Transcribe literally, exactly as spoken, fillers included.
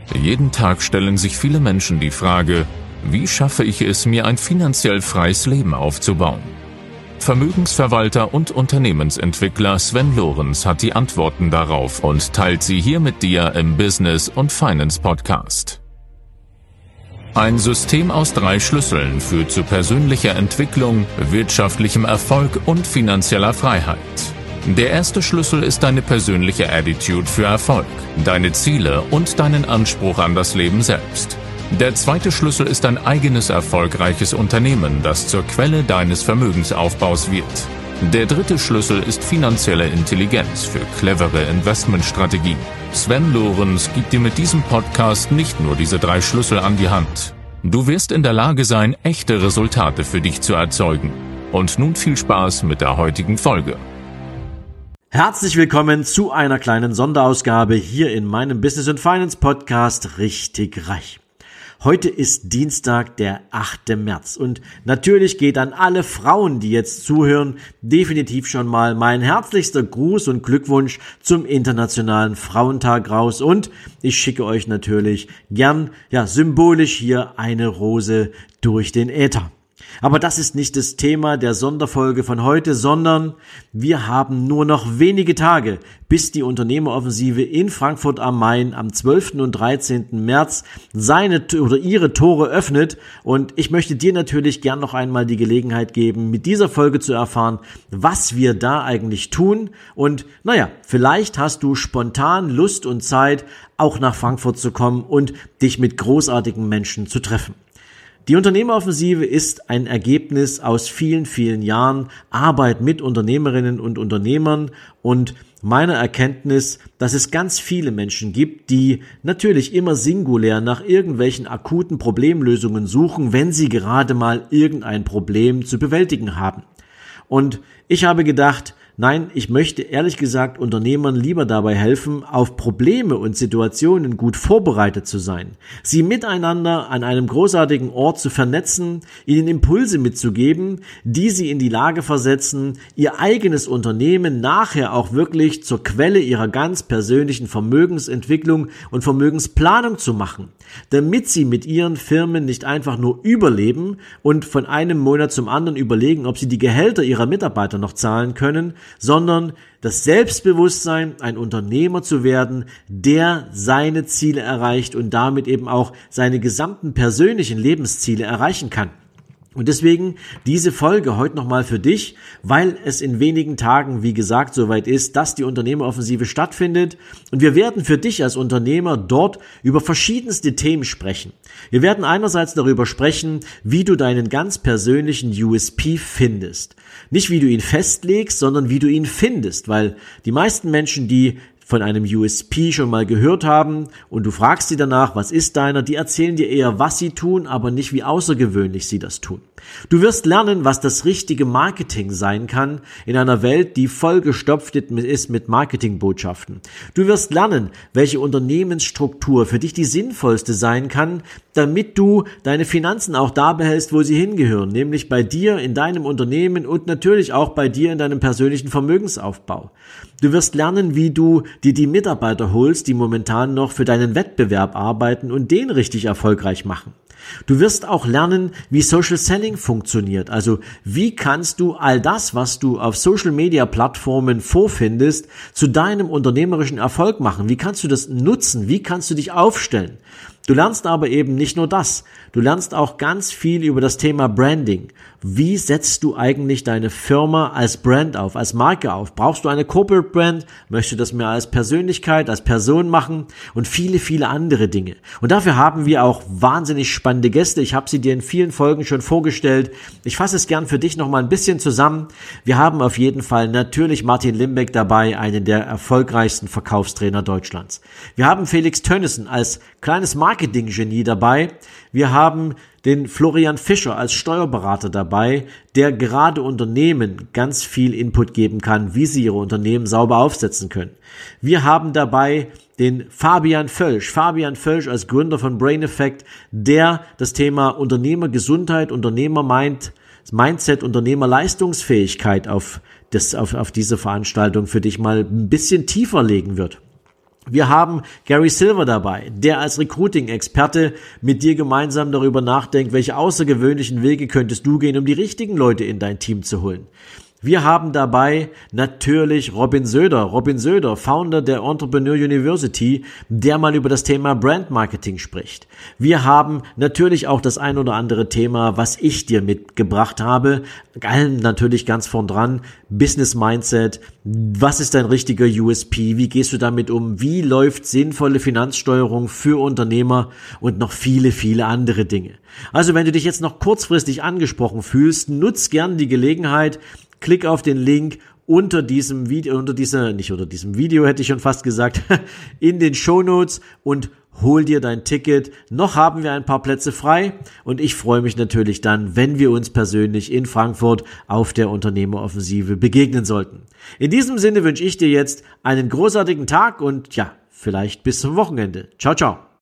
Jeden Tag stellen sich viele Menschen die Frage, wie schaffe ich es, mir ein finanziell freies Leben aufzubauen? Vermögensverwalter und Unternehmensentwickler Sven Lorenz hat die Antworten darauf und teilt sie hier mit dir im Business und Finance Podcast. Ein System aus drei Schlüsseln führt zu persönlicher Entwicklung, wirtschaftlichem Erfolg und finanzieller Freiheit. Der erste Schlüssel ist deine persönliche Attitude für Erfolg, deine Ziele und deinen Anspruch an das Leben selbst. Der zweite Schlüssel ist ein eigenes erfolgreiches Unternehmen, das zur Quelle deines Vermögensaufbaus wird. Der dritte Schlüssel ist finanzielle Intelligenz für clevere Investmentstrategien. Sven Lorenz gibt dir mit diesem Podcast nicht nur diese drei Schlüssel an die Hand. Du wirst in der Lage sein, echte Resultate für dich zu erzeugen. Und nun viel Spaß mit der heutigen Folge. Herzlich willkommen zu einer kleinen Sonderausgabe hier in meinem Business und Finance Podcast Richtig Reich. Heute ist Dienstag, der achte März und natürlich geht an alle Frauen, die jetzt zuhören, definitiv schon mal mein herzlichster Gruß und Glückwunsch zum Internationalen Frauentag raus und ich schicke euch natürlich gern, ja, symbolisch hier eine Rose durch den Äther. Aber das ist nicht das Thema der Sonderfolge von heute, sondern wir haben nur noch wenige Tage, bis die Unternehmeroffensive in Frankfurt am Main am zwölften und dreizehnten März seine oder ihre Tore öffnet. Und ich möchte dir natürlich gern noch einmal die Gelegenheit geben, mit dieser Folge zu erfahren, was wir da eigentlich tun. Und naja, vielleicht hast du spontan Lust und Zeit, auch nach Frankfurt zu kommen und dich mit großartigen Menschen zu treffen. Die Unternehmeroffensive ist ein Ergebnis aus vielen, vielen Jahren Arbeit mit Unternehmerinnen und Unternehmern und meiner Erkenntnis, dass es ganz viele Menschen gibt, die natürlich immer singulär nach irgendwelchen akuten Problemlösungen suchen, wenn sie gerade mal irgendein Problem zu bewältigen haben. Und ich habe gedacht, nein, ich möchte ehrlich gesagt Unternehmern lieber dabei helfen, auf Probleme und Situationen gut vorbereitet zu sein, sie miteinander an einem großartigen Ort zu vernetzen, ihnen Impulse mitzugeben, die sie in die Lage versetzen, ihr eigenes Unternehmen nachher auch wirklich zur Quelle ihrer ganz persönlichen Vermögensentwicklung und Vermögensplanung zu machen, damit sie mit ihren Firmen nicht einfach nur überleben und von einem Monat zum anderen überlegen, ob sie die Gehälter ihrer Mitarbeiter noch zahlen können, sondern das Selbstbewusstsein, ein Unternehmer zu werden, der seine Ziele erreicht und damit eben auch seine gesamten persönlichen Lebensziele erreichen kann. Und deswegen diese Folge heute nochmal für dich, weil es in wenigen Tagen, wie gesagt, soweit ist, dass die Unternehmeroffensive stattfindet. Und wir werden für dich als Unternehmer dort über verschiedenste Themen sprechen. Wir werden einerseits darüber sprechen, wie du deinen ganz persönlichen U S P findest. Nicht wie du ihn festlegst, sondern wie du ihn findest, weil die meisten Menschen, die von einem U S P schon mal gehört haben und du fragst sie danach, was ist deiner, die erzählen dir eher, was sie tun, aber nicht wie außergewöhnlich sie das tun. Du wirst lernen, was das richtige Marketing sein kann in einer Welt, die vollgestopft ist mit Marketingbotschaften. Du wirst lernen, welche Unternehmensstruktur für dich die sinnvollste sein kann, damit du deine Finanzen auch da behältst, wo sie hingehören, nämlich bei dir in deinem Unternehmen und natürlich auch bei dir in deinem persönlichen Vermögensaufbau. Du wirst lernen, wie du dir die Mitarbeiter holst, die momentan noch für deinen Wettbewerb arbeiten und den richtig erfolgreich machen. Du wirst auch lernen, wie Social Selling funktioniert, also wie kannst du all das, was du auf Social Media Plattformen vorfindest, zu deinem unternehmerischen Erfolg machen, wie kannst du das nutzen, wie kannst du dich aufstellen. Du lernst aber eben nicht nur das, du lernst auch ganz viel über das Thema Branding. Wie setzt du eigentlich deine Firma als Brand auf, als Marke auf? Brauchst du eine Corporate Brand? Möchtest du das mehr als Persönlichkeit, als Person machen? Und viele, viele andere Dinge. Und dafür haben wir auch wahnsinnig spannende Gäste. Ich habe sie dir in vielen Folgen schon vorgestellt. Ich fasse es gern für dich nochmal ein bisschen zusammen. Wir haben auf jeden Fall natürlich Martin Limbeck dabei, einen der erfolgreichsten Verkaufstrainer Deutschlands. Wir haben Felix Tönnissen als kleines Marketing-Genie dabei. Wir haben den Florian Fischer als Steuerberater dabei, der gerade Unternehmen ganz viel Input geben kann, wie sie ihre Unternehmen sauber aufsetzen können. Wir haben dabei den Fabian Völsch. Fabian Völsch als Gründer von Brain Effect, der das Thema Unternehmergesundheit, Unternehmermind, Mindset, Unternehmerleistungsfähigkeit auf, das, auf, auf diese Veranstaltung für dich mal ein bisschen tiefer legen wird. Wir haben Gary Silver dabei, der als Recruiting-Experte mit dir gemeinsam darüber nachdenkt, welche außergewöhnlichen Wege könntest du gehen, um die richtigen Leute in dein Team zu holen. Wir haben dabei natürlich Robin Söder, Robin Söder, Founder der Entrepreneur University, der mal über das Thema Brand Marketing spricht. Wir haben natürlich auch das ein oder andere Thema, was ich dir mitgebracht habe, allen natürlich ganz vorn dran, Business Mindset, was ist dein richtiger U S P, wie gehst du damit um, wie läuft sinnvolle Finanzsteuerung für Unternehmer und noch viele, viele andere Dinge. Also wenn du dich jetzt noch kurzfristig angesprochen fühlst, nutz gern die Gelegenheit, klick auf den Link unter diesem Video, unter dieser, nicht unter diesem Video, hätte ich schon fast gesagt, in den Shownotes und hol dir dein Ticket. Noch haben wir ein paar Plätze frei und ich freue mich natürlich dann, wenn wir uns persönlich in Frankfurt auf der Unternehmeroffensive begegnen sollten. In diesem Sinne wünsche ich dir jetzt einen großartigen Tag und ja, vielleicht bis zum Wochenende. Ciao, ciao.